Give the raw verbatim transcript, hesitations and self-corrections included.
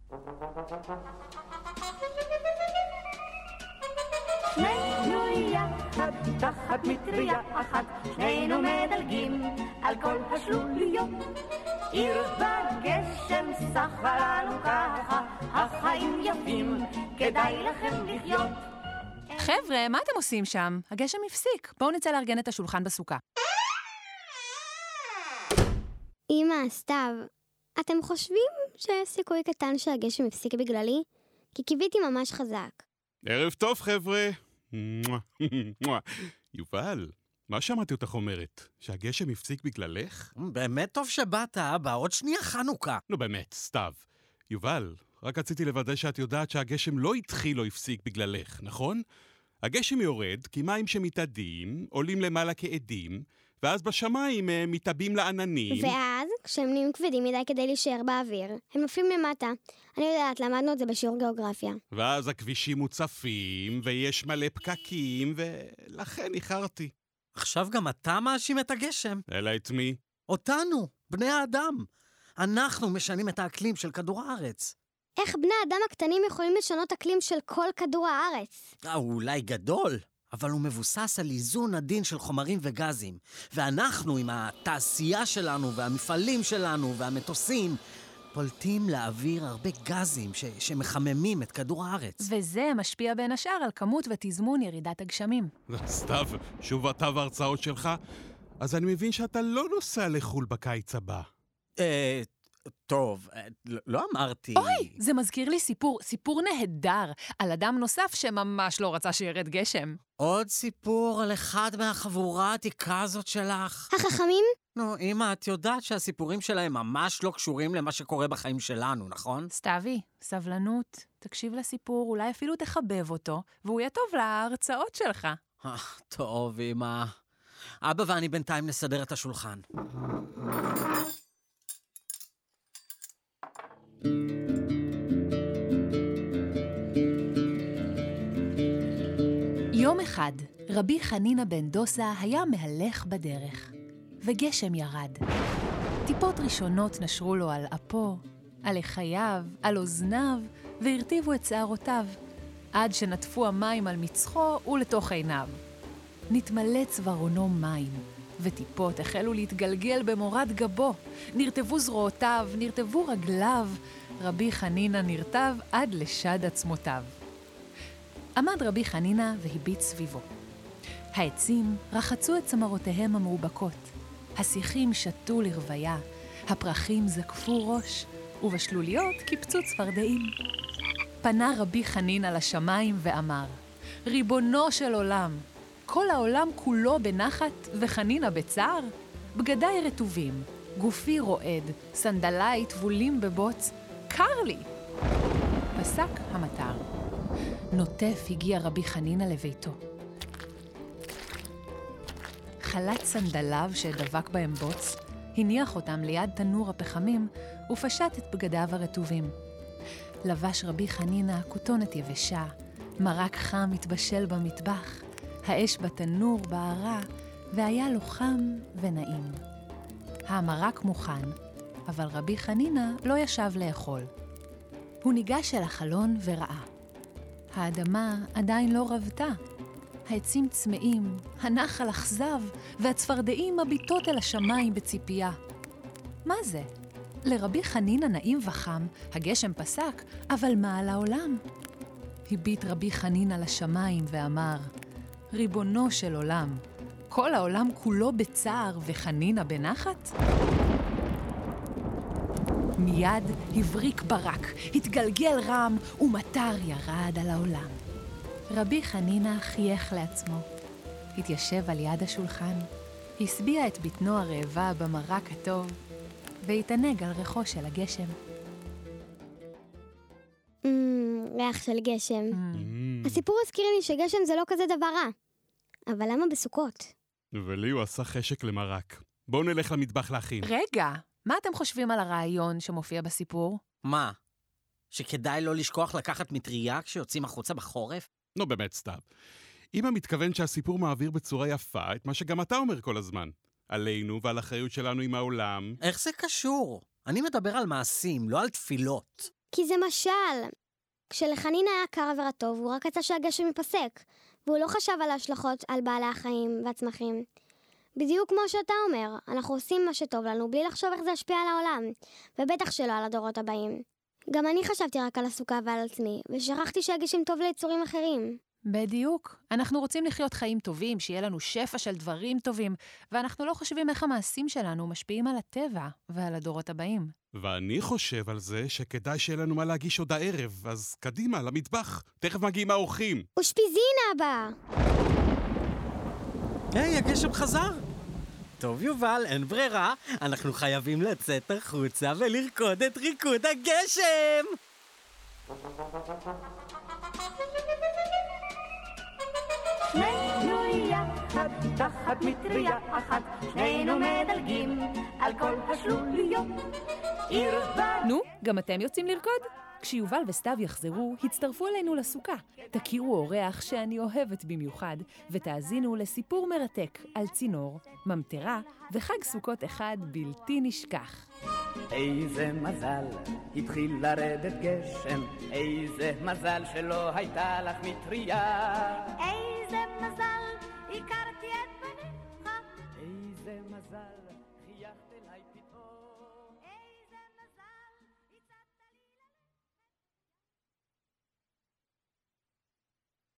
שנינו יחד תחת מטריה אחת, שנינו מדלגים על כל השלוליות, עיר בגשם סחרה לנו ככה, החיים יפים, כדאי לכם לחיות. חבר'ה, מה אתם עושים שם? הגשם הפסיק. בואו נצא לארגן את השולחן בסוכה. אמא, סתיו, אתם חושבים שיש סיכוי קטן שהגשם הפסיק בגללי? כי קיוויתי ממש חזק. ערב טוב, חבר'ה. יובל, מה שמעתי אותך אומרת? שהגשם הפסיק בגללך? באמת טוב שבאת, אבא. עוד שנייה חנוכה. לא באמת, סתיו. יובל, רק רציתי לוודא שאת יודעת שהגשם לא התחיל או הפסיק בגללך, נכון? הגשם יורד כי מים שמתאדים עולים למעלה כעדים, ואז בשמיים הם מתאבים לעננים. ואז, כשהם נהיים כבדים מדי כדי להישאר באוויר, הם נופלים למטה. אני יודעת, למדנו את זה בשיעור גיאוגרפיה. ואז הכבישים מוצפים, ויש מלא פקקים, ולכן איחרתי. עכשיו גם אתה מאשים את הגשם. אלא את מי? אותנו, בני האדם. אנחנו משנים את האקלים של כדור הארץ. איך בני האדם הקטנים יכולים לשנות אקלים של כל כדור הארץ? אה, הוא אולי גדול, אבל הוא מבוסס על איזון עדין של חומרים וגזים. ואנחנו, עם התעשייה שלנו והמפעלים שלנו והמטוסים, פולטים לאוויר הרבה גזים ש- שמחממים את כדור הארץ. וזה משפיע בין השאר על כמות ותזמון ירידת הגשמים. סתיו, שוב אתה וההרצאות שלך? אז אני מבין שאתה לא נוסע לחול בקיץ הבא. אה... טוב, לא אמרתי... אוי, זה מזכיר לי סיפור, סיפור נהדר, על אדם נוסף שממש לא רצה שירד גשם. עוד סיפור על אחד מהחבורה העתיקה הזאת שלך. החכמים? נו, אמא, את יודעת שהסיפורים שלהם ממש לא קשורים למה שקורה בחיים שלנו, נכון? סתיוי, סבלנות, תקשיב לסיפור, אולי אפילו תחבב אותו, והוא יהיה טוב להרצאות שלך. טוב, אמא. אבא ואני בינתיים נסדר את השולחן. יום אחד, רבי חנינה בן דוסה היה מהלך בדרך, וגשם ירד. טיפות ראשונות נשרו לו על אפו, על לחייו, על אוזניו, והרטיבו את שערותיו, עד שנטפו המים על מצחו ולתוך עיניו. נתמלא צווארונו מים, וטיפות החלו להתגלגל במורד גבו. נרטבו זרועותיו, נרטבו רגליו, רבי חנינה נרטב עד לשד עצמותיו. עמד רבי חנינה והביט סביבו. העצים רחצו את צמרותיהם המאובקות, השיחים שתו לרוויה, הפרחים זקפו ראש, ובשלוליות קיפצו צפרדעים. פנה רבי חנינה לשמיים ואמר, ריבונו של עולם, כל העולם כולו בנחת וחנינה בצער? בגדיי רטובים, גופי רועד, סנדליי טבולים בבוץ, קר לי. פסק המטר. נוטף הגיע רבי חנינה לביתו. חלץ סנדליו שדבק בהם בוץ, הניח אותם ליד תנור הפחמים ופשט את בגדיו הרטובים. לבש רבי חנינה כותונת יבשה, מרק חם מתבשל במטבח, האש בתנור בערה, והיה לו חם ונעים. המרק מוכן, אבל רבי חנינה לא ישב לאכול. הוא ניגש אל החלון וראה. האדמה עדיין לא רבתה. העצים צמאים, הנחל אכזב, והצפרדעים מביטות אל השמיים בציפייה. מה זה? לרבי חנינה נעים וחם, הגשם פסק, אבל מה על העולם? הביט רבי חנינה לשמיים ואמר, ריבונו של עולם, כל העולם כולו בצער וחנינה בנחת? מיד הבריק ברק, התגלגל רם, ומטר ירד על העולם. רבי חנינה חייך לעצמו, התיישב על יד השולחן, הסביע את בטנו הרעבה במרק הטוב, והתענג על ריחו של הגשם. ריח של גשם. הסיפור הזכיר לי שגשם זה לא כזה דבר רע. אבל למה בסוכות? ולי הוא עשה חשק למרק. בואו נלך למטבח להכין. רגע, מה אתם חושבים על הרעיון שמופיע בסיפור? מה? שכדאי לא לשכוח לקחת מטריה כשיוצאים החוצה בחורף? נו באמת סתם. אמא מתכוון שהסיפור מעביר בצורה יפה את מה שגם אתה אומר כל הזמן. עלינו ועל אחריות שלנו עם העולם. איך זה קשור? אני מדבר על מעשים, לא על תפילות. כי זה משל. כשלחנין היה קר ורטוב, הוא רק רצה שהגשם ייפסק, והוא לא חשב על ההשלכות על בעלי החיים והצמחים. בדיוק כמו שאתה אומר, אנחנו עושים מה שטוב לנו בלי לחשוב איך זה ישפיע על העולם, ובטח שלא על הדורות הבאים. גם אני חשבתי רק על הסוכה ועל עצמי, ושכחתי שהגשם טוב ליצורים אחרים. בדיוק. אנחנו רוצים לחיות חיים טובים, שיהיה לנו שפע של דברים טובים, ואנחנו לא חושבים איך המעשים שלנו משפיעים על הטבע ועל הדורות הבאים. ואני חושב על זה שכדאי שיהיה לנו מה להגיש עוד הערב, אז קדימה, למטבח. תכף מגיעים האורחים. אושפיזין, אבא! היי, הגשם חזר? טוב, יובל, אין ברירה. אנחנו חייבים לצאת החוצה ולרקוד את ריקוד הגשם! שנינו יחד תחת מטריה אחת, שנינו מדלגים על כל השלוליות. עיר בת... נו, גם אתם יוצאים לרקוד? כשיובל וסתיו יחזרו, הצטרפו אלינו לסוכה. תכירו אורח שאני אוהבת במיוחד, ותאזינו לסיפור מרתק על צינור, ממטרה וחג סוכות אחד בלתי נשכח. איזה מזל, התחיל לרדת גשם, איזה מזל שלא הייתה לך מטריה. איזה מזל